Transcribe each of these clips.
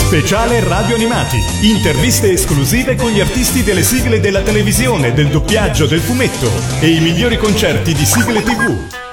Speciale Radio Animati. Interviste esclusive con gli artisti delle sigle della televisione, del doppiaggio, del fumetto e i migliori concerti di sigle TV.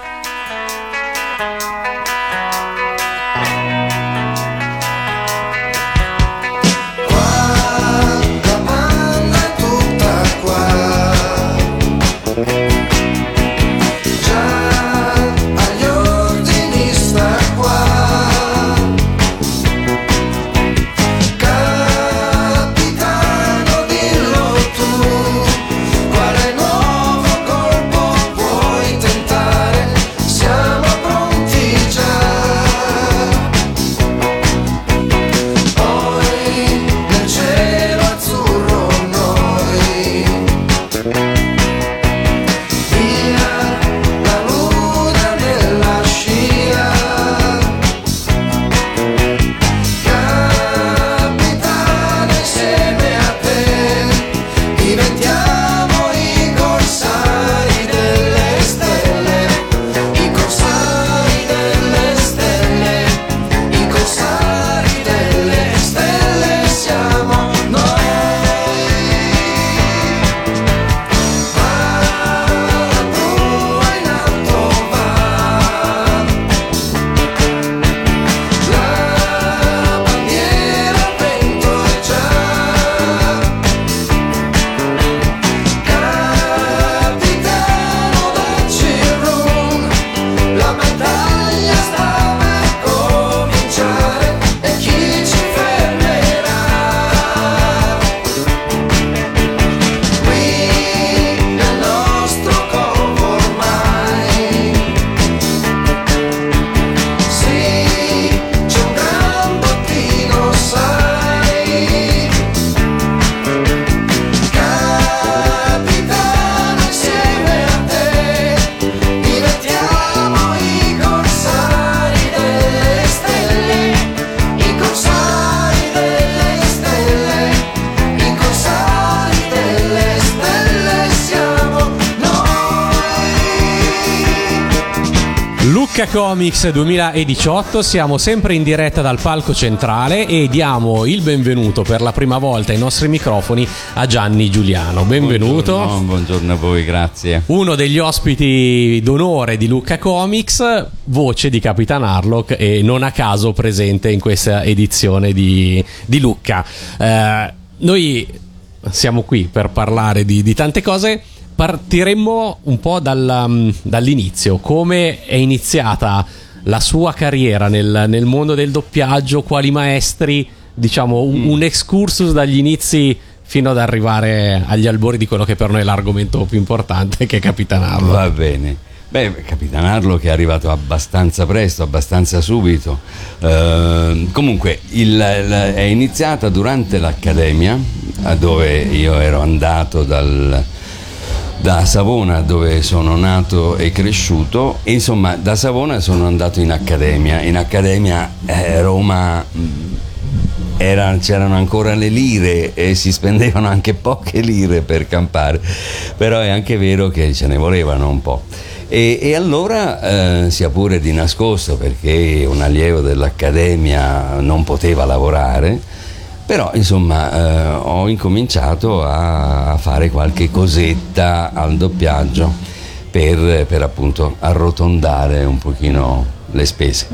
Lucca Comics 2018, siamo sempre in diretta dal palco centrale e diamo il benvenuto per la prima volta ai nostri microfoni a Gianni Giuliano. Benvenuto. Buongiorno a voi, grazie. Uno degli ospiti d'onore di Lucca Comics, voce di Capitan Harlock e non a caso presente in questa edizione di Lucca. Noi siamo qui per parlare di tante cose. Partiremmo un po' dall'inizio. Come è iniziata la sua carriera nel mondo del doppiaggio? Quali maestri? Diciamo un excursus dagli inizi fino ad arrivare agli albori di quello che per noi è l'argomento più importante, che è Capitan Harlock. Va bene. Capitan Harlock è arrivato abbastanza presto, abbastanza subito. Comunque è iniziata durante l'accademia, dove io ero andato da Savona, dove sono nato e cresciuto, e insomma da Savona sono andato in accademia. Roma c'erano ancora le lire e si spendevano anche poche lire per campare, però è anche vero che ce ne volevano un po'. E allora, sia pure di nascosto, perché un allievo dell'accademia non poteva lavorare, però insomma ho incominciato a fare qualche cosetta al doppiaggio per appunto arrotondare un pochino le spese.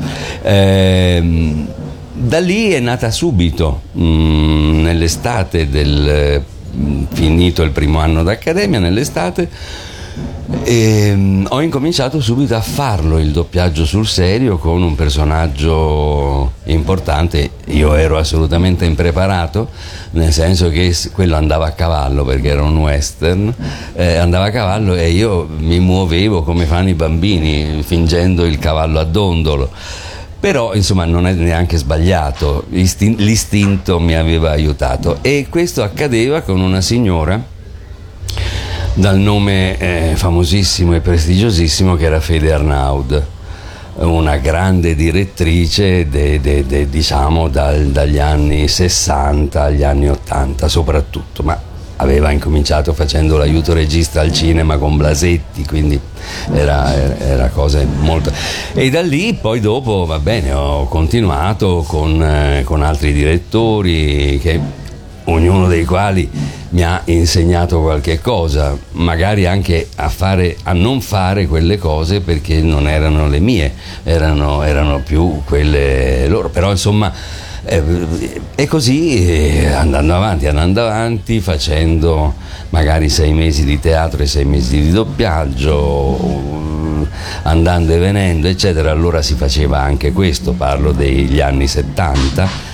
Da lì è nata subito, nell'estate finito il primo anno d'accademia, nell'estate, ho incominciato subito a farlo il doppiaggio sul serio con un personaggio importante. Io ero assolutamente impreparato, nel senso che quello andava a cavallo, perché era un western, andava a cavallo e io mi muovevo come fanno i bambini, fingendo il cavallo a dondolo. Però insomma non è neanche sbagliato, l'istinto mi aveva aiutato, e questo accadeva con una signora dal nome famosissimo e prestigiosissimo, che era Fede Arnaud, una grande direttrice diciamo dagli anni 60 agli anni 80 soprattutto, ma aveva incominciato facendo l'aiuto regista al cinema con Blasetti, quindi era cose molto... E da lì poi dopo, va bene, ho continuato con altri direttori, che ognuno dei quali mi ha insegnato qualche cosa, magari anche a non fare quelle cose perché non erano le mie, erano più quelle loro, però insomma e così andando avanti, facendo magari 6 mesi di teatro e 6 mesi di doppiaggio, andando e venendo eccetera. Allora si faceva anche questo, parlo degli anni 70.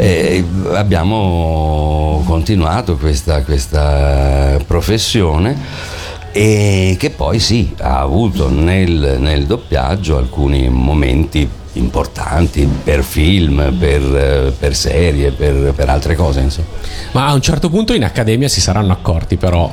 Abbiamo continuato questa professione, e che poi sì, ha avuto nel doppiaggio alcuni momenti importanti per film, per serie, per altre cose, insomma. Ma a un certo punto in accademia si saranno accorti però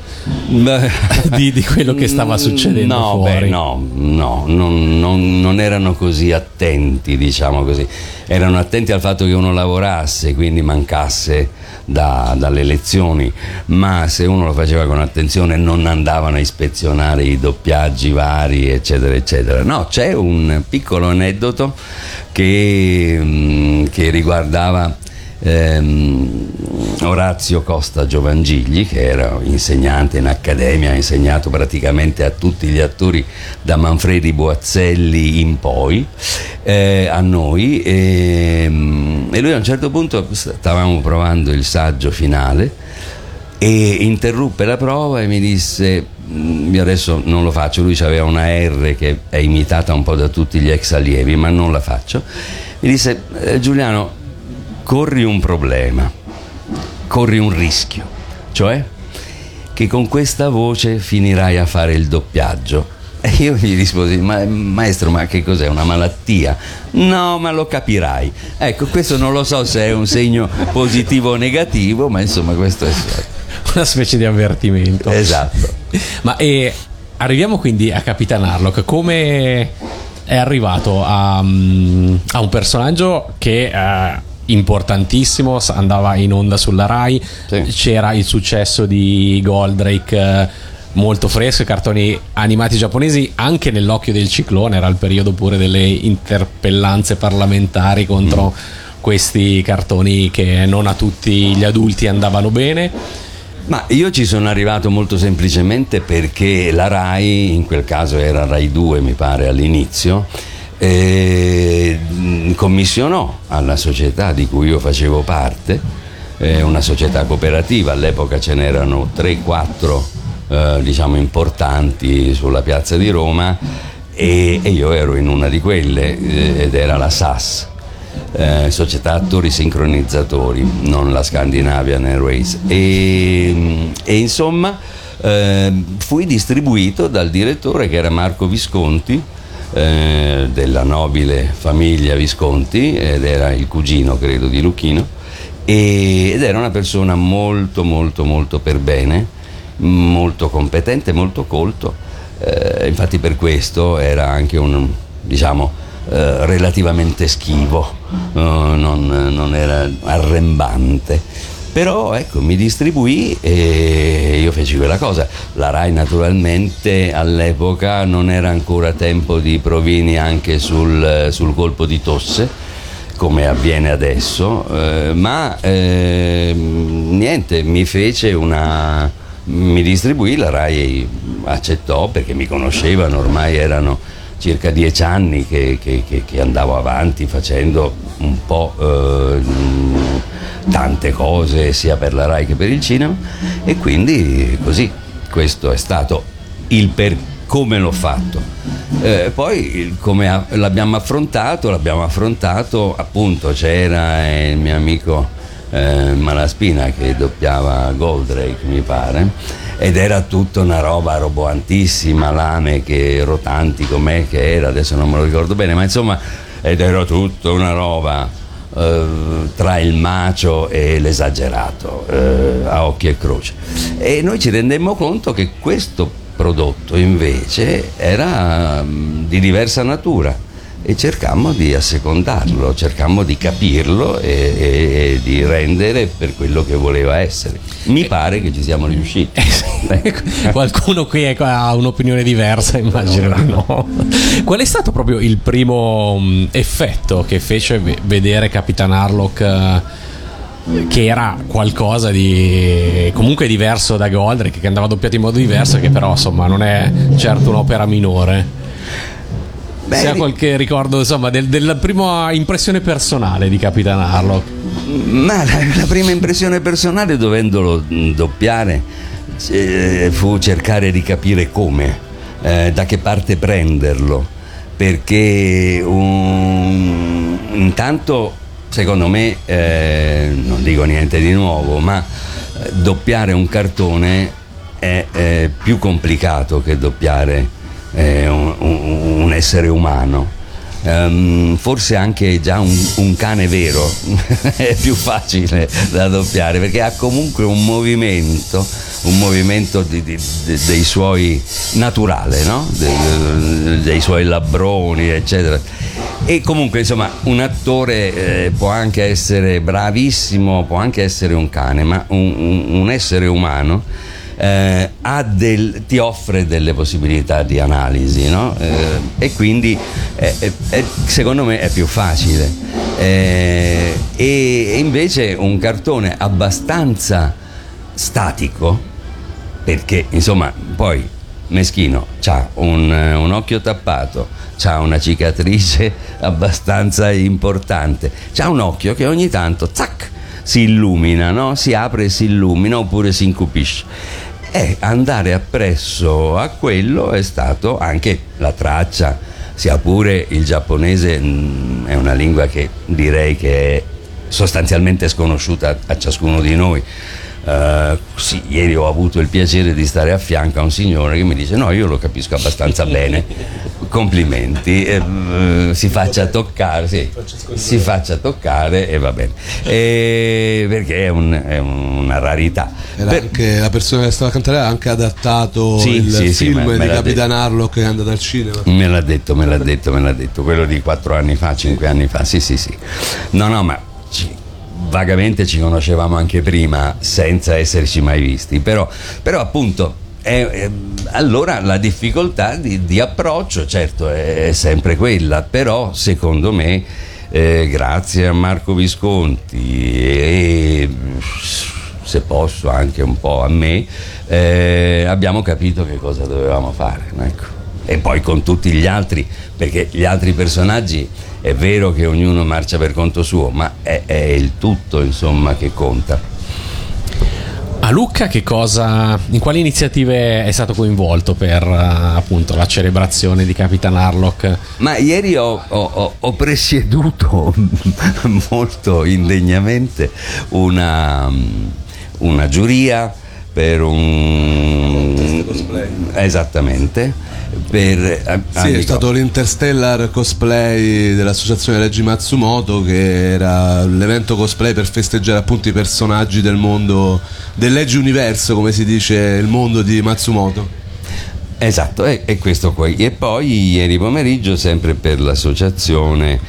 di quello che stava succedendo fuori. Non erano così attenti, diciamo così. Erano attenti al fatto che uno lavorasse, quindi mancasse dalle lezioni, ma se uno lo faceva con attenzione non andavano a ispezionare i doppiaggi vari, eccetera eccetera. No, c'è un piccolo aneddoto che riguardava Orazio Costa Giovangigli, che era insegnante in accademia, ha insegnato praticamente a tutti gli attori da Manfredi Boazzelli in poi, a noi, e lui a un certo punto stavamo provando il saggio finale e interruppe la prova e mi disse, io adesso non lo faccio, lui aveva una R che è imitata un po' da tutti gli ex allievi, ma non la faccio, mi disse Giuliano, corri un problema, corri un rischio, cioè che con questa voce finirai a fare il doppiaggio. E io gli risposi, maestro, ma che cos'è, una malattia? No, ma lo capirai. Ecco, questo non lo so se è un segno positivo o negativo, ma insomma questo è una specie di avvertimento. Esatto. Ma arriviamo quindi a Capitan Harlock. Come è arrivato a un personaggio che importantissimo, andava in onda sulla Rai, sì. C'era il successo di Goldrake, molto fresco, i cartoni animati giapponesi, anche nell'occhio del ciclone, era il periodo pure delle interpellanze parlamentari contro questi cartoni che non a tutti gli adulti andavano bene. Ma io ci sono arrivato molto semplicemente perché la Rai, in quel caso era Rai 2 mi pare all'inizio, commissionò alla società di cui io facevo parte, una società cooperativa, all'epoca ce n'erano 3-4 diciamo importanti sulla piazza di Roma, e io ero in una di quelle, ed era la SAS, Società Attori Sincronizzatori, non la Scandinavian Airways, e insomma fui distribuito dal direttore che era Marco Visconti, della nobile famiglia Visconti, ed era il cugino credo di Luchino, ed era una persona molto molto molto per bene, molto competente, molto colto, infatti per questo era anche un, diciamo, relativamente schivo, non era arrembante. Però ecco, mi distribuì e io feci quella cosa. La Rai naturalmente all'epoca non era ancora tempo di provini anche sul colpo di tosse, come avviene adesso, ma niente, mi distribuì, la Rai accettò perché mi conoscevano, ormai erano circa 10 anni che andavo avanti facendo un po' tante cose sia per la Rai che per il cinema, e quindi così questo è stato il come l'ho fatto. Poi come l'abbiamo affrontato appunto, c'era il mio amico Malaspina che doppiava Goldrake mi pare, ed era tutta una roba roboantissima, lame che rotanti com'è che era, adesso non me lo ricordo bene, ma insomma, ed era tutta una roba tra il macio e l'esagerato, a occhi e croce, e noi ci rendemmo conto che questo prodotto invece era di diversa natura, e cercammo di assecondarlo, cercammo di capirlo e di rendere per quello che voleva essere. Mi pare che ci siamo riusciti. Qualcuno qui ha un'opinione diversa, immagino di no. Qual è stato proprio il primo effetto che fece vedere Capitan Harlock, che era qualcosa di comunque diverso da Goldrake, che andava doppiato in modo diverso, che però insomma non è certo un'opera minore? Se ha qualche ricordo, insomma, della prima impressione personale di Capitan Harlock. Ma la prima impressione personale, dovendolo doppiare, fu cercare di capire come, da che parte prenderlo, perché intanto secondo me, non dico niente di nuovo, ma doppiare un cartone è più complicato che doppiare un essere umano. Forse anche già un cane vero è più facile da doppiare, perché ha comunque un movimento dei suoi naturale, no? Dei suoi labbroni, eccetera. E comunque insomma un attore può anche essere bravissimo, può anche essere un cane, ma un essere umano ti offre delle possibilità di analisi, no? E quindi secondo me è più facile, e invece un cartone abbastanza statico, perché insomma poi Meschino c'ha un occhio tappato, c'ha una cicatrice abbastanza importante, c'ha un occhio che ogni tanto zac si illumina, no? Si apre e si illumina, oppure si incupisce. E andare appresso a quello è stato anche la traccia, sia pure il giapponese è una lingua che direi che è sostanzialmente sconosciuta a ciascuno di noi. Sì, ieri ho avuto il piacere di stare a fianco a un signore che mi dice: no, io lo capisco abbastanza bene, complimenti, si faccia toccare, sì, si faccia toccare e va bene, perché è una rarità. Anche la persona che stava a cantare ha anche adattato il film di Capitan Harlock che è andato al cinema. Me l'ha detto, quello di 4 anni fa, 5 anni fa, sì. No, ma vagamente ci conoscevamo anche prima senza esserci mai visti, però appunto allora la difficoltà di approccio certo è sempre quella, però secondo me grazie a Marco Visconti e se posso anche un po' a me, abbiamo capito che cosa dovevamo fare, ecco. E poi con tutti gli altri, perché gli altri personaggi è vero che ognuno marcia per conto suo, ma è il tutto insomma che conta. A Lucca in quali iniziative è stato coinvolto per appunto la celebrazione di Capitan Harlock? Ma ieri ho presieduto molto indegnamente una giuria per un esattamente. È stato l'Interstellar Cosplay dell'associazione Reggi Matsumoto, che era l'evento cosplay per festeggiare appunto i personaggi del mondo del Leggi Universo, come si dice, il mondo di Matsumoto. Esatto, è questo qui. E poi ieri pomeriggio, sempre per l'associazione,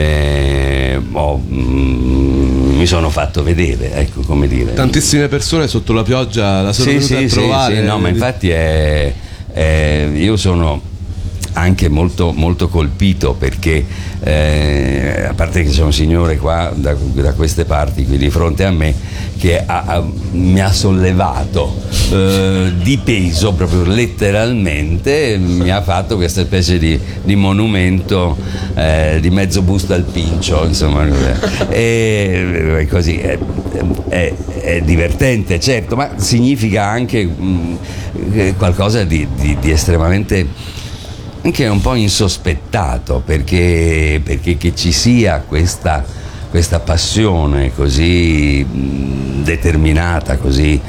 mi sono fatto vedere, ecco, come dire. Tantissime persone sotto la pioggia la sono venute a trovare. Sì, no, ma infatti io sono anche molto, molto colpito, perché a parte che c'è un signore qua da queste parti qui di fronte a me che mi ha sollevato di peso, proprio letteralmente mi ha fatto questa specie di monumento di mezzo busto al pincio, insomma, e così è divertente, certo, ma significa anche qualcosa di estremamente anche un po' insospettato, perché che ci sia questa passione così determinata, così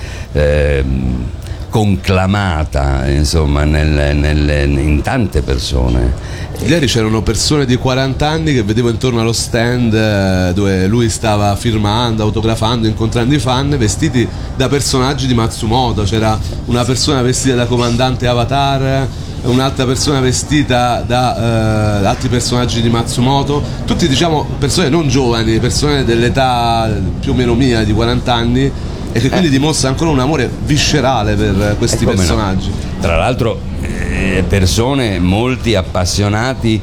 conclamata, insomma, in tante persone. Ieri c'erano persone di 40 anni che vedevo intorno allo stand dove lui stava firmando, autografando, incontrando i fan, vestiti da personaggi di Matsumoto. C'era una persona vestita da comandante Avatar, un'altra persona vestita da altri personaggi di Matsumoto, tutti diciamo persone non giovani, persone dell'età più o meno mia, di 40 anni, e che quindi dimostra ancora un amore viscerale per questi personaggi. No. Tra l'altro persone molti appassionati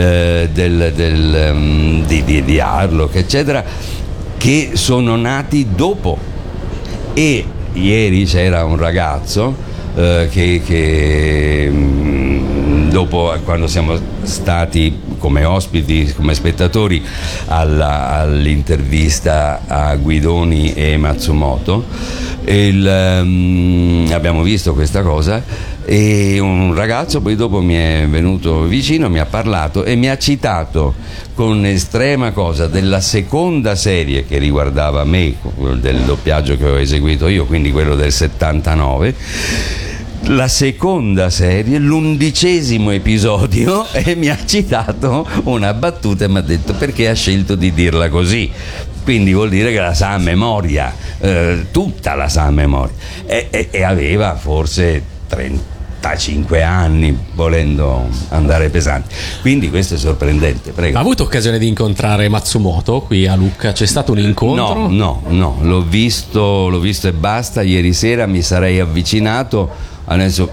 di Harlock eccetera, che sono nati dopo. E ieri c'era un ragazzo che dopo, quando siamo stati come ospiti, come spettatori all'intervista a Guidoni e Matsumoto, abbiamo visto questa cosa, e un ragazzo poi dopo mi è venuto vicino, mi ha parlato e mi ha citato con estrema cosa della seconda serie che riguardava me, del doppiaggio che ho eseguito io, quindi quello del 79, la seconda serie, l'11° episodio, e mi ha citato una battuta e mi ha detto: perché ha scelto di dirla così? Quindi vuol dire che la sa a memoria, tutta la sa a memoria, e aveva forse 35 anni, volendo andare pesanti. Quindi questo è sorprendente. Prego. Ha avuto occasione di incontrare Matsumoto qui a Lucca? C'è stato un incontro? No, l'ho visto e basta. Ieri sera mi sarei avvicinato, adesso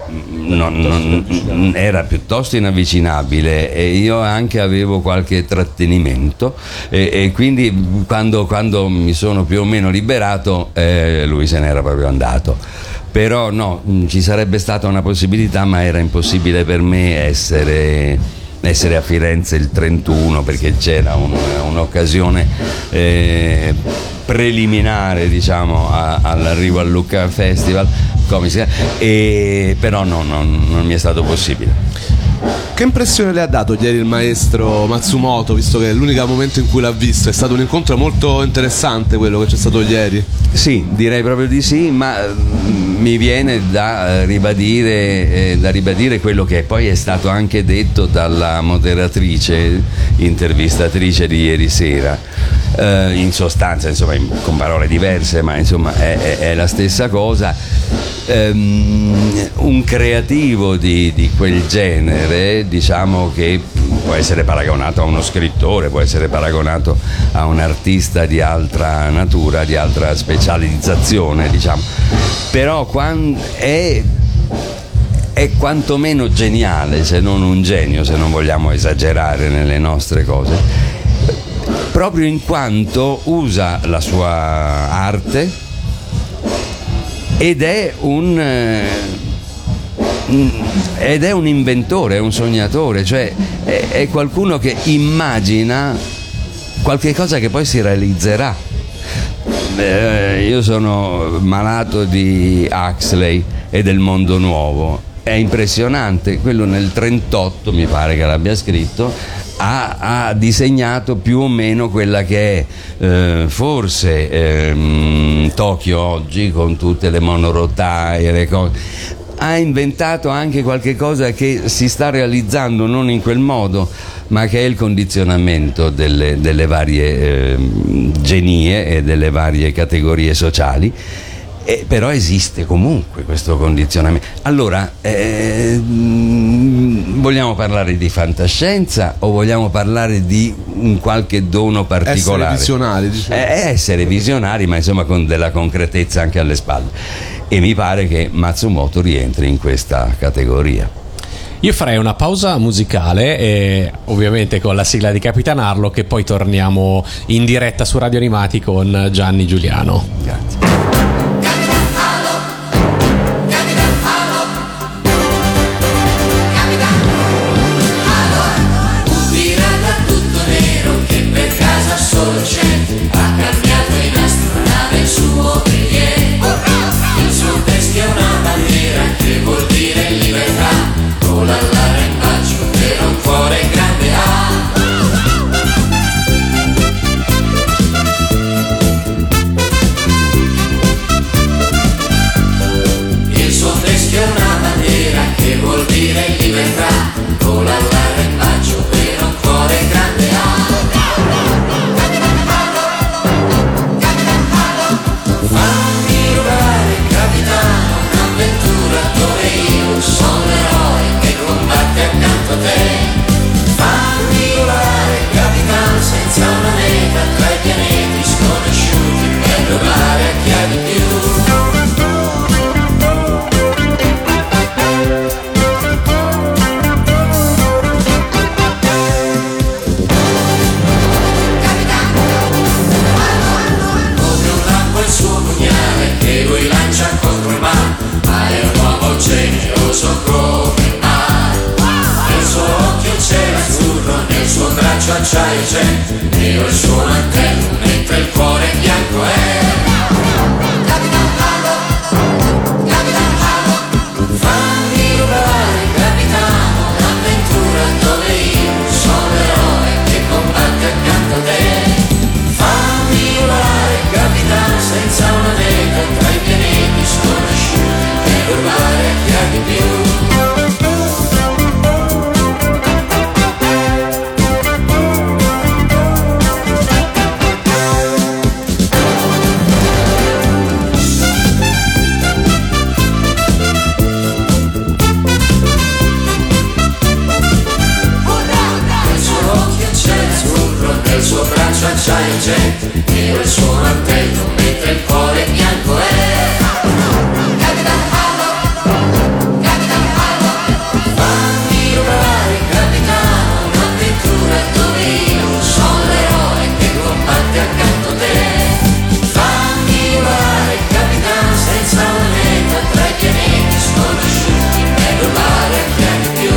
era piuttosto inavvicinabile, e io anche avevo qualche trattenimento, e quindi quando mi sono più o meno liberato, lui se n'era proprio andato. Però no, ci sarebbe stata una possibilità, ma era impossibile per me essere a Firenze il 31, perché c'era un'occasione preliminare, diciamo, all'arrivo al Lucca Festival, però no, non mi è stato possibile. Che impressione le ha dato ieri il maestro Matsumoto, visto che è l'unico momento in cui l'ha visto? È stato un incontro molto interessante quello che c'è stato ieri. Sì, direi proprio di sì, ma mi viene da ribadire quello che poi è stato anche detto dalla moderatrice, intervistatrice di ieri sera. In sostanza, insomma, con parole diverse, ma insomma è la stessa cosa. Un creativo di quel genere, diciamo, che può essere paragonato a uno scrittore, può essere paragonato a un artista di altra natura, di altra specializzazione, diciamo, però è quantomeno geniale, se non un genio, se non vogliamo esagerare nelle nostre cose, proprio in quanto usa la sua arte ed è un inventore, è un sognatore, cioè è qualcuno che immagina qualche cosa che poi si realizzerà. Io sono malato di Huxley e del mondo nuovo, è impressionante, quello nel 38 mi pare che l'abbia scritto. Ha disegnato più o meno quella che è forse Tokyo oggi, con tutte le monorotaie, le cose. Ha inventato anche qualche cosa che si sta realizzando non in quel modo, ma che è il condizionamento delle varie genie e delle varie categorie sociali. Però esiste comunque questo condizionamento. Allora, vogliamo parlare di fantascienza o vogliamo parlare di un qualche dono particolare? Essere visionari, diciamo. Essere visionari, ma insomma con della concretezza anche alle spalle. E mi pare che Matsumoto rientri in questa categoria. Io farei una pausa musicale, ovviamente con la sigla di Capitan Harlock, e poi torniamo in diretta su Radio Animati con Gianni Giuliano. Grazie. senza una meta tra i pianeti sconosciuti per rubare a chi ha di più. Il suo braccio acciaio gente, nero il suo mantello, mentre il cuore bianco è. Capitan Harlock, Capitan Harlock, fammi provare capitano, un'avventura dove io sono l'eroe che combatte accanto a te. Fammi provare capitano, senza una meta tra i pianeti sconosciuti per rubare a chi ha di più.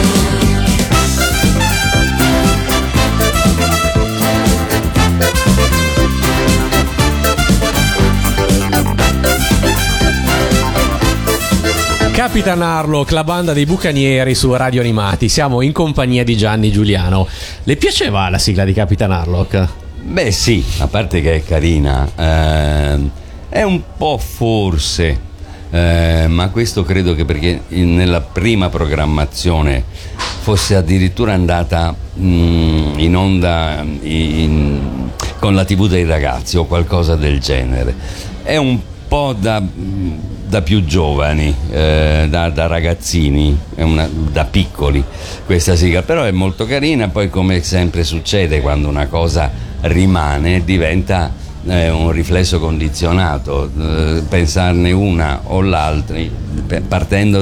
Capitan Harlock, la banda dei bucanieri su Radio Animati. Siamo in compagnia di Gianni Giuliano. Le piaceva la sigla di Capitan Harlock? Beh sì, a parte che è carina, è un po' forse, ma questo credo che perché nella prima programmazione fosse addirittura andata in onda con la TV dei ragazzi o qualcosa del genere. È un po' da più giovani, da ragazzini, da piccoli questa sigla, però è molto carina. Poi, come sempre succede quando una cosa rimane, diventa un riflesso condizionato, pensarne una o l'altra partendo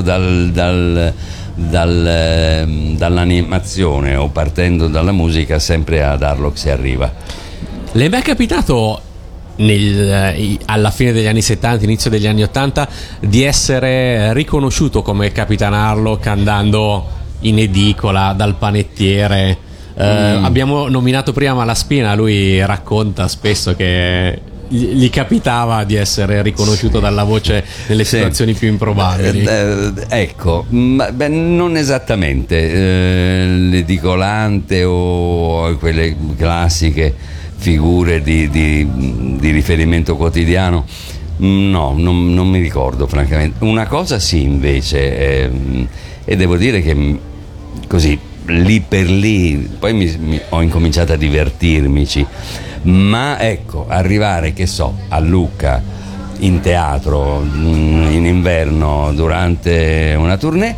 dall'animazione o partendo dalla musica, sempre ad Harlock si arriva. Le è mai capitato alla fine degli anni 70, inizio degli anni 80, di essere riconosciuto come Capitan Harlock andando in edicola dal panettiere? Abbiamo nominato prima Malaspina, lui racconta spesso che gli capitava di essere riconosciuto dalla voce nelle situazioni più improbabili. Ecco, non esattamente l'edicolante o quelle classiche figure di riferimento quotidiano, no, non mi ricordo francamente. Una cosa sì invece, e devo dire che così lì per lì poi ho incominciato a divertirmici, ma ecco, arrivare, che so, a Lucca in teatro in inverno durante una tournée,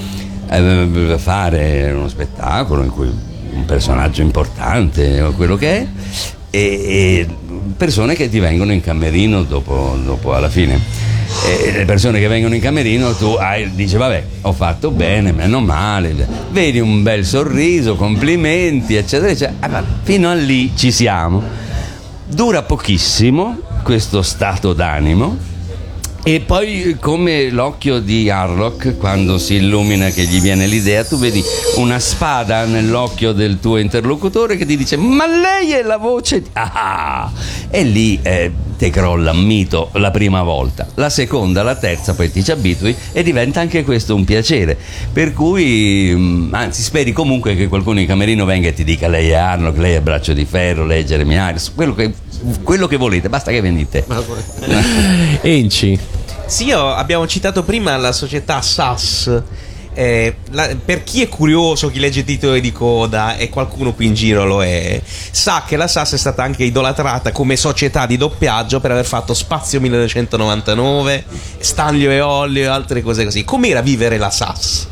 fare uno spettacolo in cui un personaggio importante o quello che è, e persone che ti vengono in camerino dopo alla fine, e le persone che vengono in camerino tu dici vabbè, ho fatto bene, meno male, vedi un bel sorriso, complimenti eccetera eccetera, fino a lì ci siamo. Dura pochissimo questo stato d'animo, e poi, come l'occhio di Harlock, quando si illumina, che gli viene l'idea, tu vedi una spada nell'occhio del tuo interlocutore che ti dice ma lei è la voce di... e lì te crolla un mito la prima volta, la seconda, la terza, poi ti ci abitui e diventa anche questo un piacere, per cui anzi speri comunque che qualcuno in camerino venga e ti dica lei è Harlock, lei è Braccio di Ferro, lei è Jeremy Irons, quello che volete, basta che venite. Enci. Sì, abbiamo citato prima la società SAS. Per chi è curioso, chi legge titoli di coda, e qualcuno qui in giro lo è, sa che la SAS è stata anche idolatrata come società di doppiaggio per aver fatto Spazio 1999, Stanlio e Olio e altre cose così. Com'era vivere la SAS?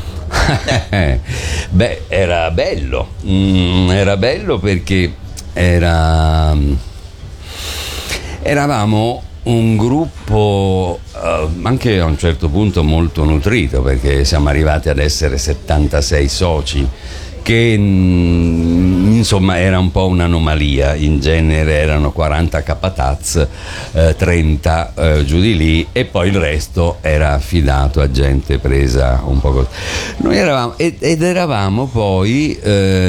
Beh, era bello perché eravamo un gruppo anche a un certo punto molto nutrito, perché siamo arrivati ad essere 76 soci, che insomma era un po' un'anomalia. In genere erano 40 capataz, 30 giù di lì, e poi il resto era affidato a gente presa un po' così. Noi eravamo poi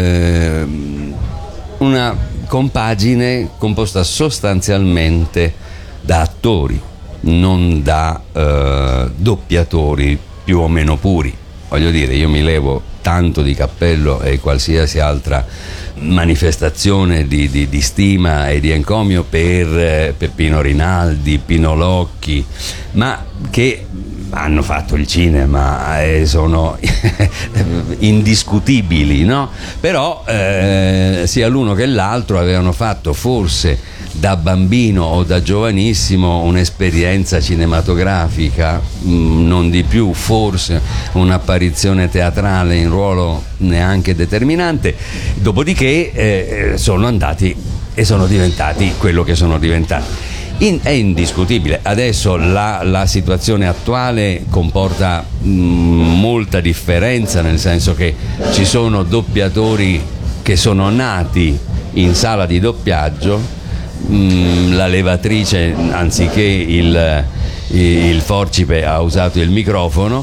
una compagine composta sostanzialmente da attori, non da doppiatori più o meno puri. Voglio dire, io mi levo tanto di cappello e qualsiasi altra manifestazione di stima e di encomio per Peppino Rinaldi, Pino Locchi, ma che hanno fatto il cinema e sono indiscutibili, no? Però sia l'uno che l'altro avevano fatto forse da bambino o da giovanissimo un'esperienza cinematografica, non di più, forse un'apparizione teatrale in ruolo neanche determinante, dopodiché sono andati e sono diventati quello che sono diventati. È indiscutibile. Adesso la situazione attuale comporta molta differenza, nel senso che ci sono doppiatori che sono nati in sala di doppiaggio, la levatrice anziché il forcipe ha usato il microfono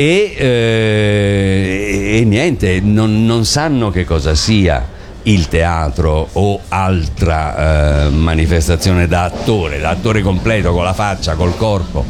e niente, non sanno che cosa sia il teatro o altra manifestazione da attore completo, con la faccia, col corpo.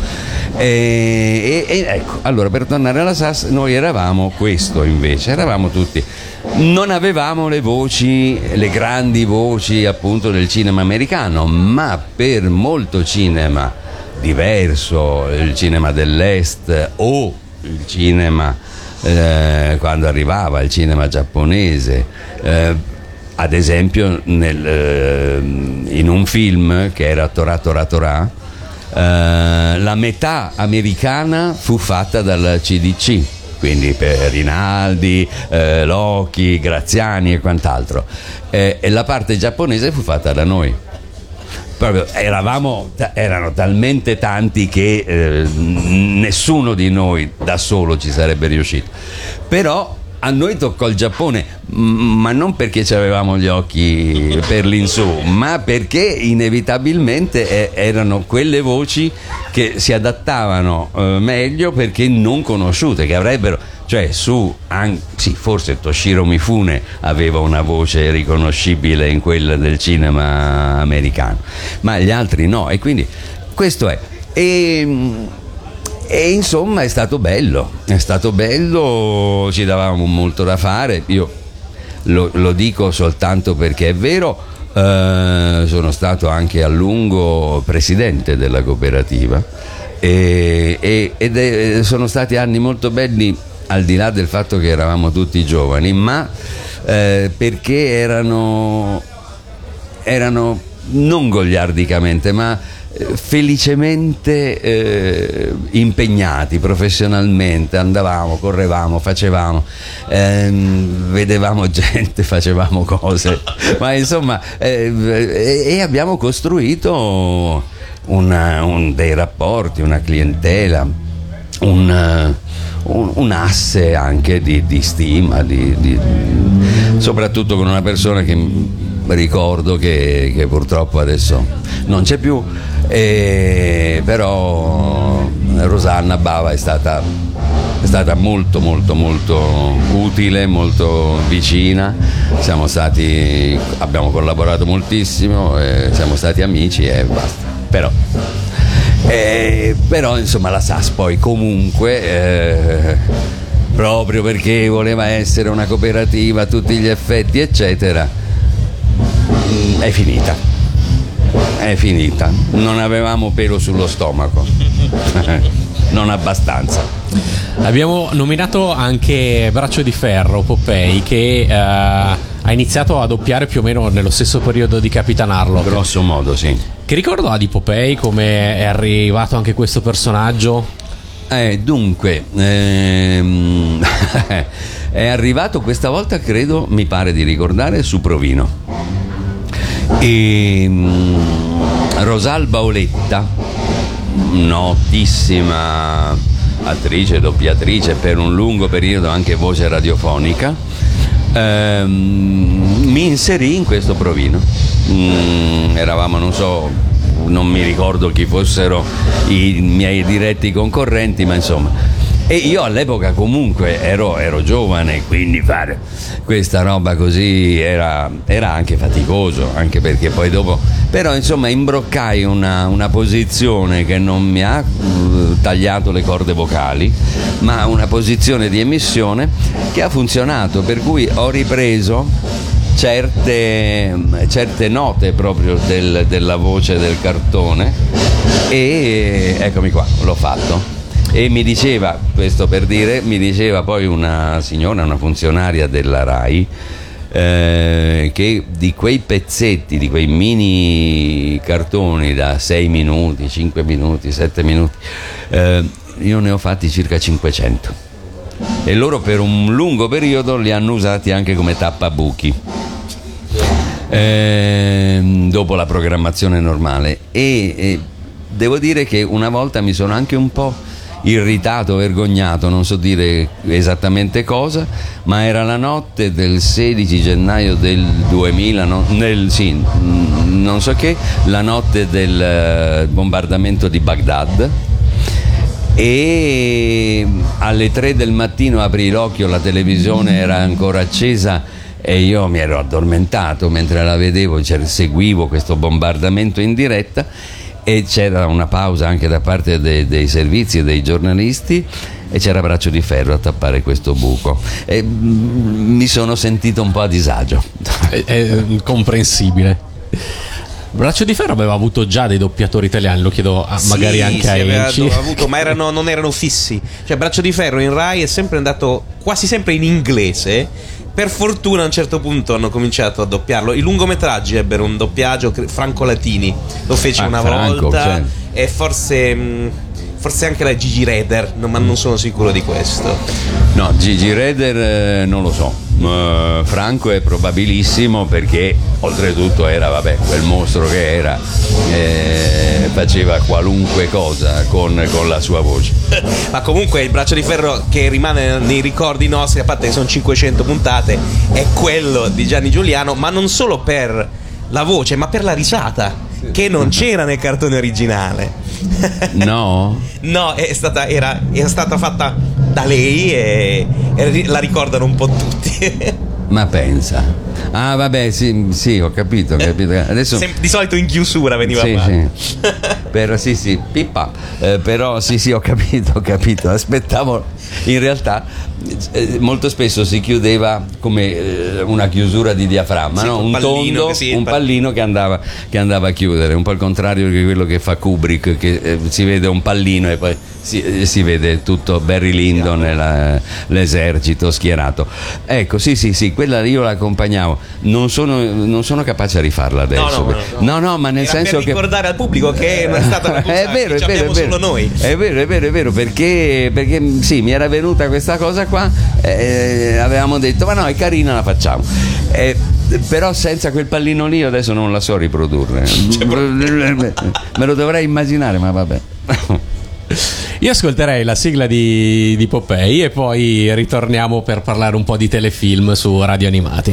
Ecco, allora, per tornare alla SAS, noi eravamo questo, invece eravamo tutti, non avevamo le voci, le grandi voci appunto del cinema americano, ma per molto cinema diverso, il cinema dell'Est o il cinema quando arrivava il cinema giapponese, ad esempio in un film che era Tora Tora Tora, la metà americana fu fatta dal CDC, quindi per Rinaldi, Locchi, Graziani e quant'altro, e la parte giapponese fu fatta da noi. Proprio erano talmente tanti che nessuno di noi da solo ci sarebbe riuscito. Però a noi toccò il Giappone, ma non perché ci avevamo gli occhi per l'insù, ma perché inevitabilmente erano quelle voci che si adattavano meglio, perché non conosciute, che avrebbero, cioè sì, forse Toshiro Mifune aveva una voce riconoscibile in quella del cinema americano, ma gli altri no, e quindi questo è. E insomma è stato bello, ci davamo molto da fare. Io lo dico soltanto perché è vero, sono stato anche a lungo presidente della cooperativa sono stati anni molto belli, al di là del fatto che eravamo tutti giovani, ma perché erano non goliardicamente, ma felicemente impegnati professionalmente. Andavamo, correvamo, facevamo, vedevamo gente, facevamo cose, ma insomma e abbiamo costruito dei rapporti, una clientela, un asse anche di stima, soprattutto con una persona che ricordo che purtroppo adesso non c'è più, però Rosanna Bava è stata molto molto molto utile, molto vicina. Abbiamo collaborato moltissimo, siamo stati amici e basta. Però insomma la SAS poi comunque proprio perché voleva essere una cooperativa a tutti gli effetti eccetera, è finita, non avevamo pelo sullo stomaco. Non abbastanza. Abbiamo nominato anche Braccio di Ferro, Popei, che ha iniziato a doppiare più o meno nello stesso periodo di Capitan Harlock. Grosso modo, sì. Che ricordo ha di Popei? Come è arrivato anche questo personaggio? Dunque, è arrivato questa volta, credo, mi pare di ricordare, su Provino. Rosalba Oletta, notissima attrice, doppiatrice, per un lungo periodo anche voce radiofonica, mi inserì in questo provino. Eravamo, non mi ricordo chi fossero i miei diretti concorrenti, ma insomma. E io all'epoca comunque ero giovane, quindi fare questa roba così era anche faticoso, anche perché poi dopo, però insomma imbroccai una posizione che non mi ha tagliato le corde vocali, ma una posizione di emissione che ha funzionato, per cui ho ripreso certe note proprio della voce del cartone, e eccomi qua, l'ho fatto. E mi diceva, questo per dire, mi diceva poi una signora, una funzionaria della RAI, che di quei pezzetti, di quei mini cartoni da 6 minuti, 5 minuti, 7 minuti, io ne ho fatti circa 500, e loro per un lungo periodo li hanno usati anche come tappabuchi, dopo la programmazione normale, e devo dire che una volta mi sono anche un po' irritato, vergognato, non so dire esattamente cosa, ma era la notte del 16 gennaio del 2000, non so che, la notte del bombardamento di Baghdad, e alle 3 del mattino aprii l'occhio, la televisione era ancora accesa e io mi ero addormentato mentre la vedevo, seguivo questo bombardamento in diretta, e c'era una pausa anche da parte dei servizi e dei giornalisti, e c'era Braccio di Ferro a tappare questo buco, e mi sono sentito un po' a disagio. È comprensibile. Braccio di Ferro aveva avuto già dei doppiatori italiani, lo chiedo magari anche a Enci. Ma non erano fissi. Cioè Braccio di Ferro in Rai è sempre andato quasi sempre in inglese. Per fortuna a un certo punto hanno cominciato a doppiarlo. I lungometraggi ebbero un doppiaggio, Franco Latini lo fece una volta, certo. E forse anche la Gigi Reder, ma non sono sicuro di questo. No, Gigi Reder non lo so. Franco è probabilissimo, perché oltretutto era quel mostro che era, faceva qualunque cosa con la sua voce. Ma comunque il Braccio di Ferro che rimane nei ricordi nostri, a parte che sono 500 puntate, è quello di Gianni Giuliano, ma non solo per la voce, ma per la risata, che non c'era nel cartone originale. No? No, è stata fatta da lei, e la ricordano un po' tutti. Ma pensa. Ah, vabbè, sì, ho capito. Adesso di solito in chiusura veniva fatto. Sì, pippa. Però sì, ho capito. Aspettavo. In realtà molto spesso si chiudeva come una chiusura di diaframma, no? Un tondo, un pallino che andava a chiudere, un po' il contrario di quello che fa Kubrick, che si vede un pallino e poi si vede tutto Barry Lyndon e l'esercito schierato. Ecco, sì, quella io la accompagnavo. Non sono capace a rifarla adesso. No, ma nel senso per ricordare al pubblico che non è stata una cosa che abbiamo solo noi. È vero, perché sì, mi era venuta questa cosa qua, avevamo detto ma no, è carina, la facciamo, però senza quel pallino lì adesso non la so riprodurre. Me lo dovrei immaginare, ma vabbè. Io ascolterei la sigla di Popeye e poi ritorniamo per parlare un po' di telefilm su Radio Animati.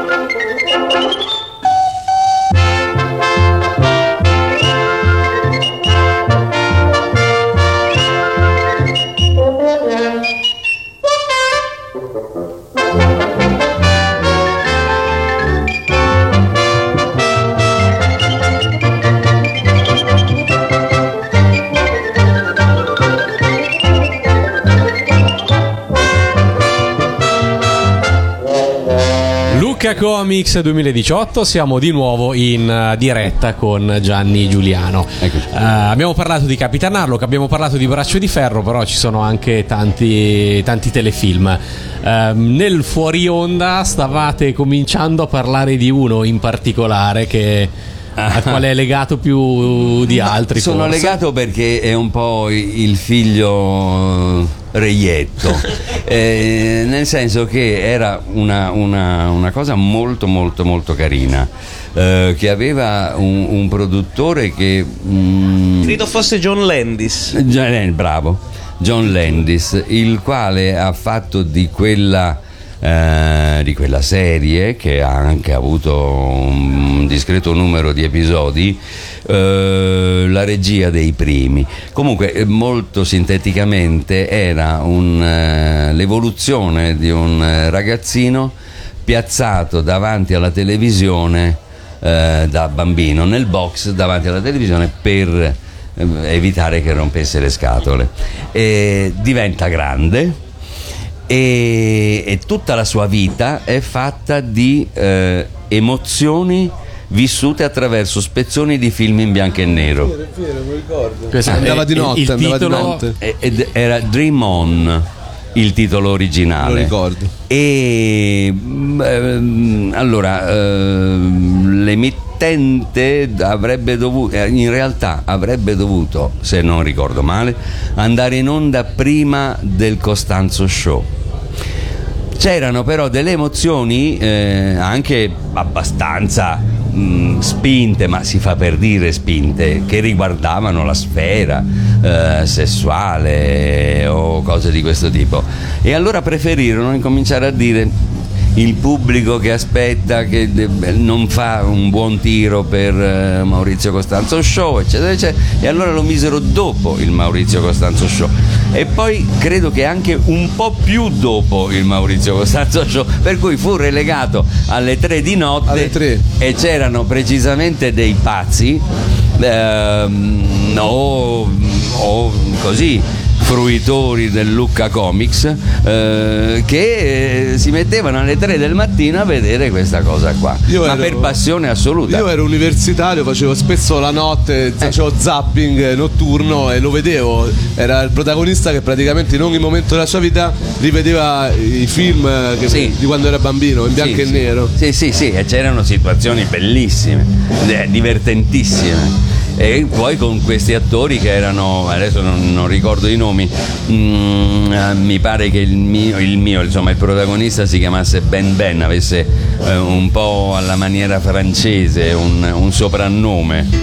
Lucca Comics 2018, siamo di nuovo in diretta con Gianni Giuliano. Abbiamo parlato di Capitan Harlock, abbiamo parlato di Braccio di Ferro, però ci sono anche tanti telefilm. Nel fuori onda stavate cominciando a parlare di uno in particolare al quale è legato più di altri. Sono forse legato perché è un po' il figlio reietto, nel senso che era una cosa molto molto molto carina, che aveva un produttore che credo fosse John Landis. Bravo, John Landis, il quale ha fatto di quella serie, che ha anche avuto un discreto numero di episodi, la regia dei primi. Comunque, molto sinteticamente, era l'evoluzione di un ragazzino piazzato davanti alla televisione, da bambino, nel box davanti alla televisione, per evitare che rompesse le scatole. E diventa grande e tutta la sua vita è fatta di emozioni vissute attraverso spezzoni di film in bianco e nero. Andava di notte, il andava titolo di notte. Era Dream On il titolo originale. Lo ricordo. E allora l'emittente avrebbe dovuto, in realtà avrebbe dovuto, se non ricordo male, andare in onda prima del Costanzo Show. C'erano però delle emozioni anche abbastanza spinte, ma si fa per dire spinte, che riguardavano la sfera sessuale o cose di questo tipo, e allora preferirono incominciare a dire il pubblico che aspetta, che non fa un buon tiro per Maurizio Costanzo Show, eccetera eccetera, e allora lo misero dopo il Maurizio Costanzo Show, e poi credo che anche un po' più dopo il Maurizio Costanzo Show, per cui fu relegato alle 3 di notte, alle 3. E c'erano precisamente dei pazzi o così fruitori del Lucca Comics che si mettevano alle 3 del mattino a vedere questa cosa qua, per passione assoluta. Io ero universitario, facevo spesso la notte, facevo zapping notturno e lo vedevo. Era il protagonista che praticamente in ogni momento della sua vita rivedeva i film di quando era bambino, in bianco e nero. Sì, e c'erano situazioni bellissime, divertentissime. E poi con questi attori che erano, adesso non ricordo i nomi, mi pare che il mio insomma il protagonista si chiamasse Ben, avesse un po' alla maniera francese un soprannome.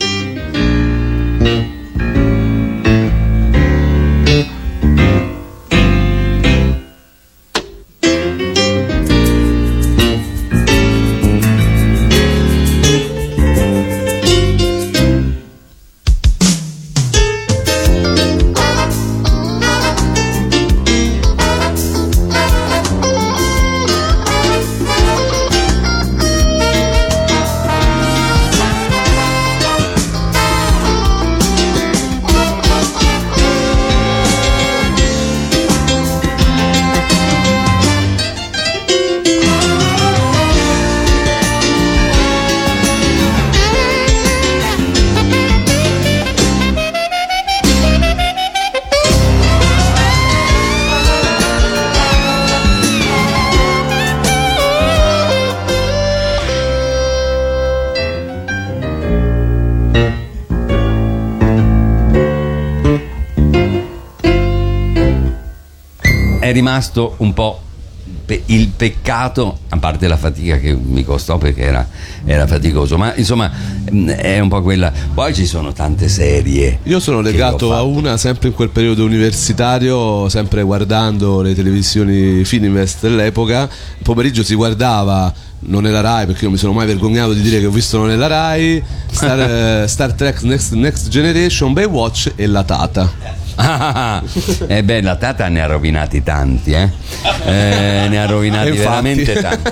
È rimasto un po' il peccato, a parte la fatica che mi costò perché era faticoso, ma insomma è un po' quella. Poi ci sono tante serie. Io sono legato a una sempre in quel periodo universitario, sempre guardando le televisioni Fininvest dell'epoca. Il pomeriggio si guardava, non nella Rai, perché io mi sono mai vergognato di dire che ho visto non nella Rai, Star Trek Next Generation, Baywatch e La Tata. La Tata ne ha rovinati tanti, ne ha rovinati veramente tanti.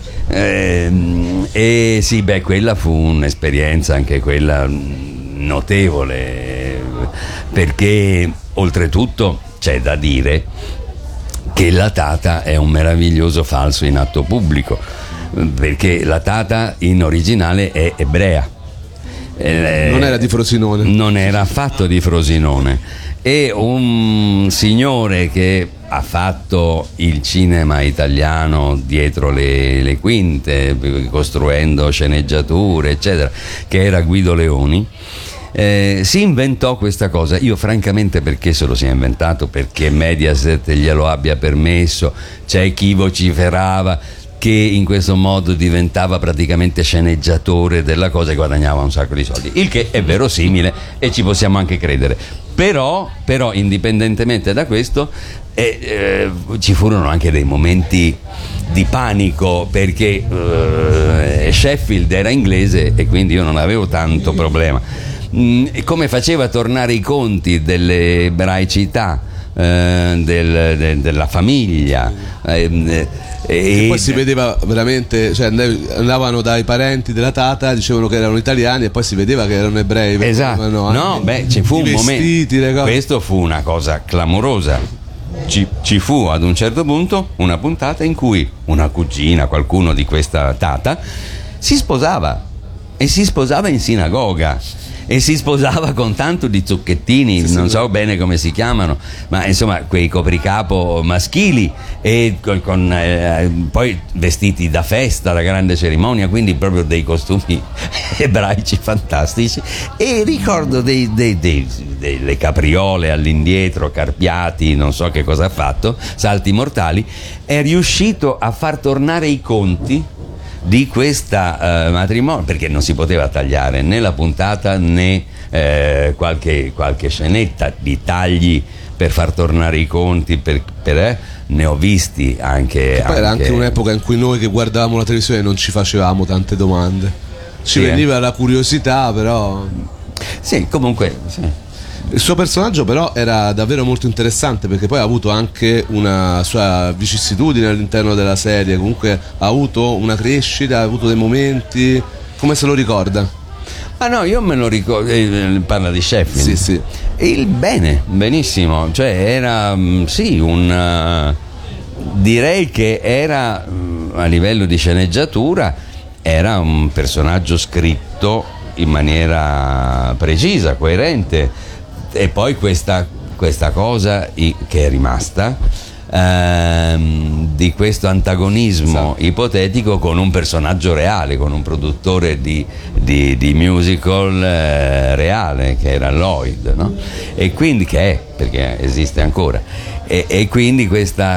E sì, quella fu un'esperienza anche quella notevole, perché oltretutto c'è da dire che La Tata è un meraviglioso falso in atto pubblico, perché La Tata in originale è ebrea. Non era di Frosinone. Non era affatto di Frosinone. E un signore che ha fatto il cinema italiano dietro le quinte, costruendo sceneggiature, eccetera, che era Guido Leoni, si inventò questa cosa. Io francamente, perché se lo sia inventato, perché Mediaset glielo abbia permesso, c'è chi vociferava che in questo modo diventava praticamente sceneggiatore della cosa e guadagnava un sacco di soldi, il che è verosimile e ci possiamo anche credere. Però indipendentemente da questo ci furono anche dei momenti di panico, perché Sheffield era inglese e quindi io non avevo tanto problema. Come faceva a tornare i conti delle ebraicità della famiglia, e poi si vedeva veramente, cioè andavano dai parenti della Tata, dicevano che erano italiani e poi si vedeva che erano ebrei. Esatto. Ci fu un momento, questo fu una cosa clamorosa, ci fu ad un certo punto una puntata in cui una cugina, qualcuno di questa tata, si sposava, e si sposava in sinagoga, e si sposava con tanto di zucchettini, non so bene come si chiamano, ma insomma quei copricapo maschili, e poi vestiti da festa, da grande cerimonia, quindi proprio dei costumi ebraici fantastici. E ricordo delle capriole all'indietro, carpiati, non so che cosa ha fatto, salti mortali. È riuscito a far tornare i conti di questa matrimonio, perché non si poteva tagliare né la puntata né qualche scenetta di tagli per far tornare i conti, ne ho visti anche. Poi era anche un'epoca in cui noi che guardavamo la televisione non ci facevamo tante domande, ci veniva la curiosità, però sì, comunque sì. Il suo personaggio però era davvero molto interessante, perché poi ha avuto anche una sua vicissitudine all'interno della serie, comunque ha avuto una crescita, ha avuto dei momenti. Come se lo ricorda? Ah no, io me lo ricordo, parla di Sheffield. Sì. Benissimo, cioè era direi che era, a livello di sceneggiatura, era un personaggio scritto in maniera precisa, coerente. E poi questa cosa che è rimasta, di questo antagonismo ipotetico con un personaggio reale, con un produttore di musical reale, che era Lloyd, no? E quindi perché esiste ancora, e quindi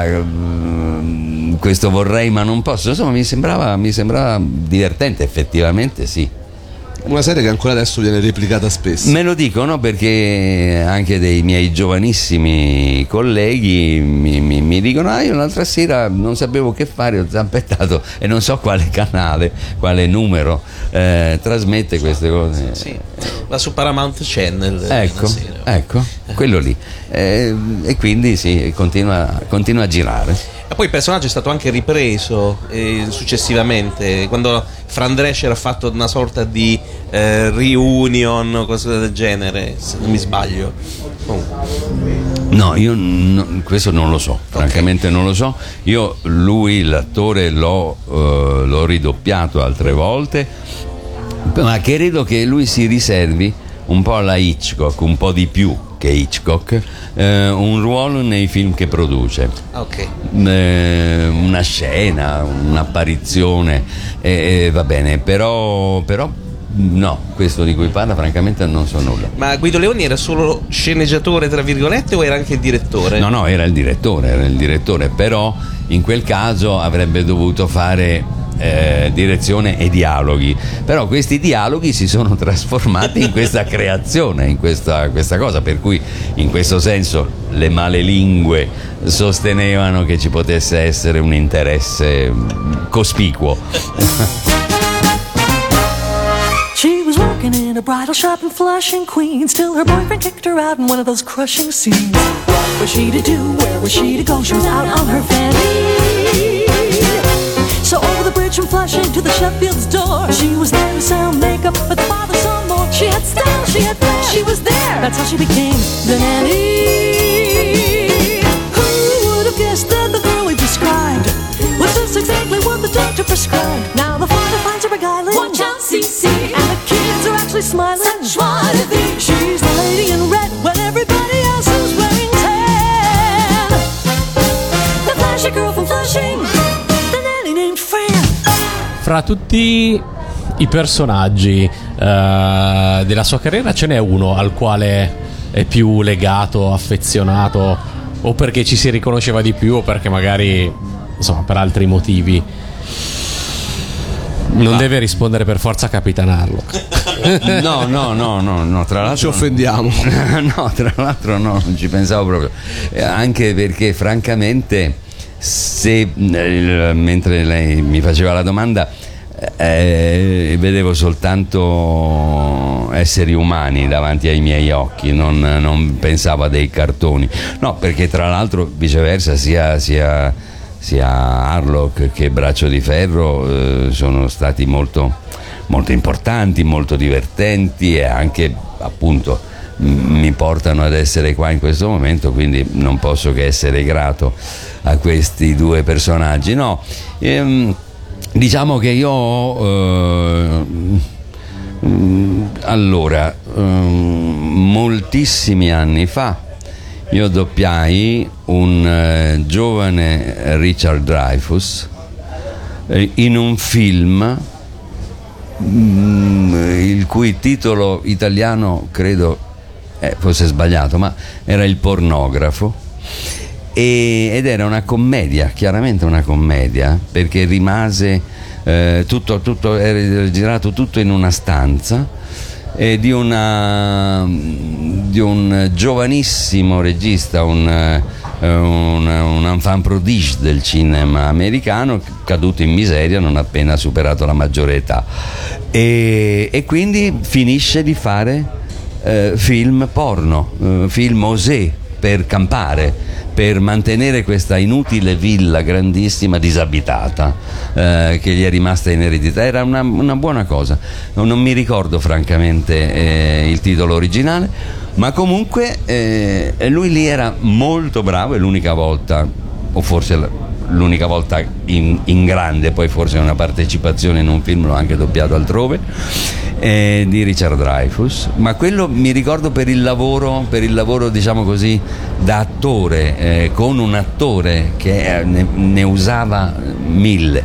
questo vorrei ma non posso, insomma mi sembrava divertente, effettivamente sì. Una serie che ancora adesso viene replicata spesso. Me lo dicono, perché anche dei miei giovanissimi colleghi mi dicono: io l'altra sera non sapevo che fare, ho zampettato e non so quale canale, quale numero trasmette queste cose. Sì, va su Paramount Channel. Ecco, quello lì. E quindi sì, continua a girare. E poi il personaggio è stato anche ripreso successivamente, quando Fran Drescher ha fatto una sorta di reunion, cosa del genere, se non mi sbaglio. No, io questo non lo so, francamente non lo so. Io l'attore l'ho ridoppiato altre volte, ma credo che lui si riservi un po' alla Hitchcock, un po' di più che Hitchcock, un ruolo nei film che produce. Una scena, un'apparizione, va bene, però no, questo di cui parla francamente non so nulla. Ma Guido Leoni era solo sceneggiatore tra virgolette, o era anche il direttore? No, era il direttore, però in quel caso avrebbe dovuto fare direzione e dialoghi, però questi dialoghi si sono trasformati in questa creazione, in questa cosa, per cui in questo senso le malelingue sostenevano che ci potesse essere un interesse cospicuo. She was working in a bridal shop in Flushing, Queens, till her boyfriend kicked her out in one of those crushing scenes. What was she to do? Where was she to go? She was out on her fanny. So over the bridge from Flushing to the Sheffield's door, she was there to sell makeup, but the father saw more. She had style, she had flair, she was there. That's how she became the nanny. Who would have guessed that the girl we described was just exactly what the doctor prescribed? Now the father finds her beguiling, watch out, CC, and the kids are actually smiling. Such joie de vivre. She's the lady in red when everybody else is wearing tan. The flashy girl from Flushing, the nanny named Fran. Fra tutti i personaggi della sua carriera ce n'è uno al quale è più legato, affezionato, o perché ci si riconosceva di più, o perché magari, insomma, per altri motivi? Non deve rispondere per forza Capitan Harlock. No, tra l'altro ci offendiamo. No, tra l'altro no, non ci pensavo proprio, anche perché francamente, mentre lei mi faceva la domanda, vedevo soltanto esseri umani davanti ai miei occhi, non pensavo a dei cartoni. No, perché tra l'altro viceversa sia Harlock che Braccio di Ferro sono stati molto, molto importanti, molto divertenti, e anche appunto mi portano ad essere qua in questo momento, quindi non posso che essere grato a questi due personaggi. No, diciamo che io allora, moltissimi anni fa io doppiai un giovane Richard Dreyfuss in un film il cui titolo italiano credo fosse sbagliato, ma era Il pornografo, ed era una commedia, chiaramente una commedia, perché rimase tutto era girato tutto in una stanza di un giovanissimo regista, un enfant prodige del cinema americano, caduto in miseria non appena superato la maggiore età, e quindi finisce di fare film porno, film osé, per campare, per mantenere questa inutile villa grandissima disabitata che gli è rimasta in eredità. Era una buona cosa, non mi ricordo francamente il titolo originale, ma comunque lui lì era molto bravo, e l'unica volta, o forse l'unica volta in grande, poi forse una partecipazione in un film, l'ho anche doppiato altrove, di Richard Dreyfuss, ma quello mi ricordo per il lavoro diciamo così da attore, con un attore che ne usava 1000,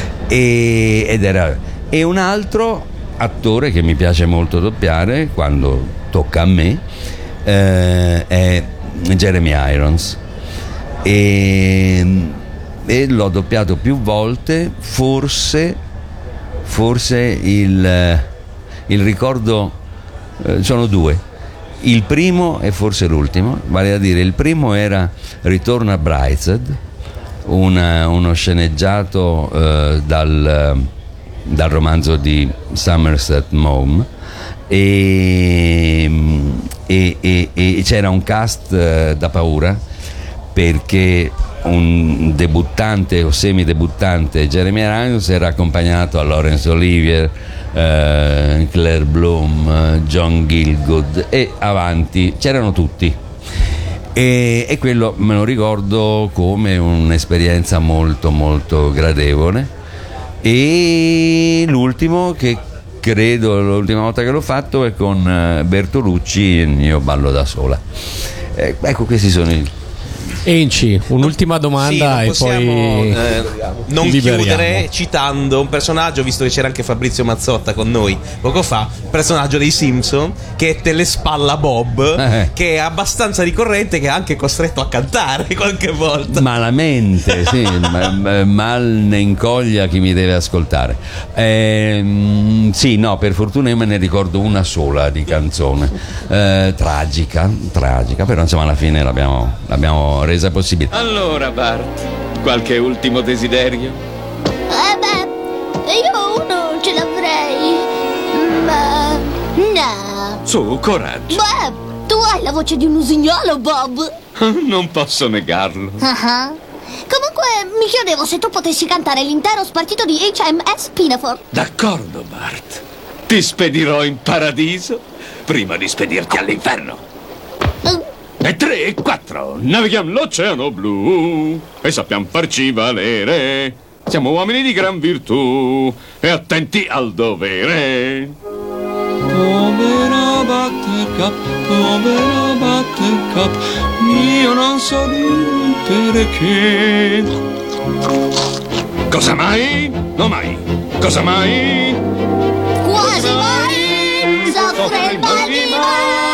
e un altro attore che mi piace molto doppiare quando tocca a me è Jeremy Irons, e l'ho doppiato più volte. Forse il ricordo sono due, il primo e forse l'ultimo, vale a dire il primo era Ritorno a Brightside, uno sceneggiato dal romanzo di Somerset Maugham, e c'era un cast da paura, perché un debuttante o semidebuttante, Jeremy Irons, era accompagnato a Laurence Olivier, Claire Bloom, John Gielgud, e avanti c'erano tutti, e quello me lo ricordo come un'esperienza molto molto gradevole. E l'ultimo, che credo l'ultima volta che l'ho fatto, è con Bertolucci in Io ballo da sola. Ecco, questi sono i... Enci, un'ultima domanda, sì, e poi non liberiamo. chiudere citando un personaggio, visto che c'era anche Fabrizio Mazzotta con noi poco fa, personaggio dei Simpson, che è Telespalla Bob, che è abbastanza ricorrente, che è anche costretto a cantare qualche volta. Malamente, sì, mal ne incoglia chi mi deve ascoltare. Sì, no, per fortuna io me ne ricordo una sola di canzone, tragica, però insomma alla fine l'abbiamo resa possibile. Allora Bart, qualche ultimo desiderio? Io uno ce l'avrei, ma no. Su, coraggio. Beh, tu hai la voce di un usignolo, Bob. Non posso negarlo. Comunque mi chiedevo se tu potessi cantare l'intero spartito di HMS Pinafore. D'accordo, Bart. Ti spedirò in paradiso prima di spedirti all'inferno. E 3 e 4, navighiamo l'oceano blu e sappiamo farci valere. Siamo uomini di gran virtù e attenti al dovere. Povera Buttercup, io non so perché. Cosa mai? No mai. Cosa mai? Quasi mai soffre il mal di mar.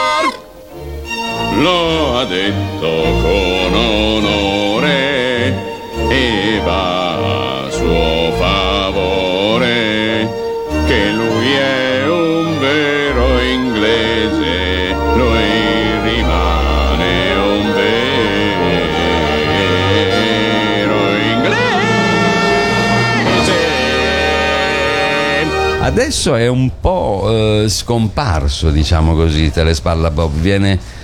Lo ha detto con onore e va a suo favore, che lui è un vero inglese, lui rimane un vero inglese. Adesso è un po' scomparso, diciamo così, Telespalla Bob.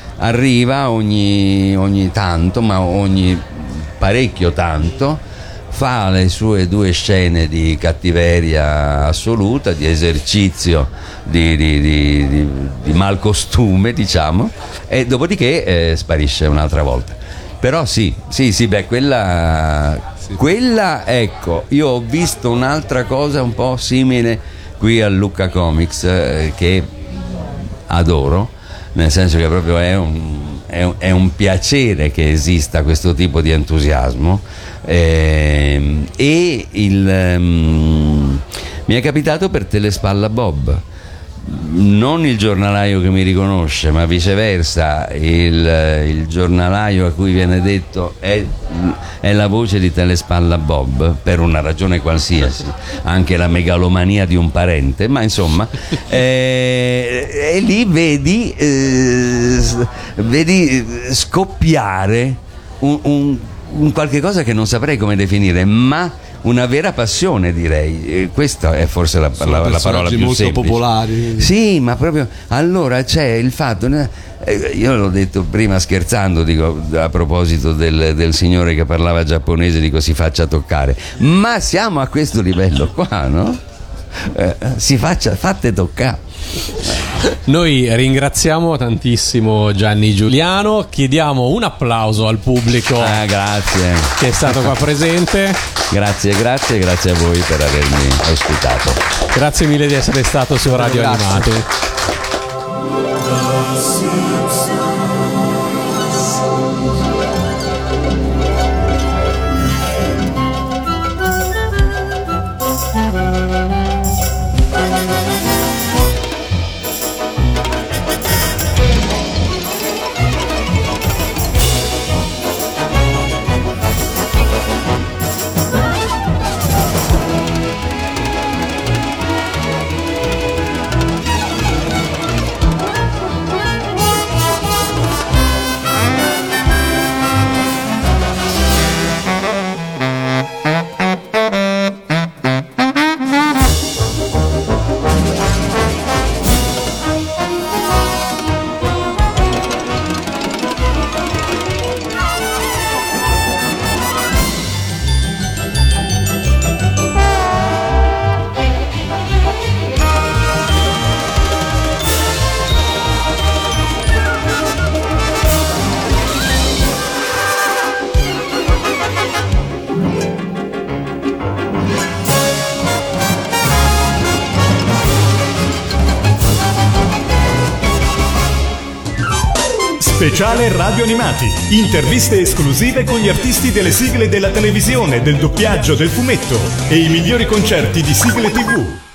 Arriva ogni tanto, ma ogni parecchio tanto, fa le sue 2 scene di cattiveria assoluta, di esercizio di malcostume, diciamo, e dopodiché sparisce un'altra volta. Però sì, beh, quella, ecco, io ho visto un'altra cosa un po' simile qui a Lucca Comics, che adoro, nel senso che proprio è un piacere che esista questo tipo di entusiasmo, mi è capitato per Telespalla Bob, non il giornalaio che mi riconosce, ma viceversa il giornalaio a cui viene detto è la voce di Telespalla Bob, per una ragione qualsiasi, anche la megalomania di un parente, ma insomma, e lì vedi scoppiare un qualche cosa che non saprei come definire, ma una vera passione, direi. Questa è forse la parola più molto semplice. Popolari. Sì, ma proprio allora c'è il fatto, io l'ho detto prima scherzando, dico, a proposito del signore che parlava giapponese, dico si faccia toccare, ma siamo a questo livello qua, no? Fatte toccare. Noi ringraziamo tantissimo Gianni Giuliano, chiediamo un applauso al pubblico grazie, che è stato qua presente. Grazie a voi per avermi ospitato. Grazie mille di essere stato su Radio Animati. Speciale Radio Animati. Interviste esclusive con gli artisti delle sigle della televisione, del doppiaggio, del fumetto e i migliori concerti di sigle TV.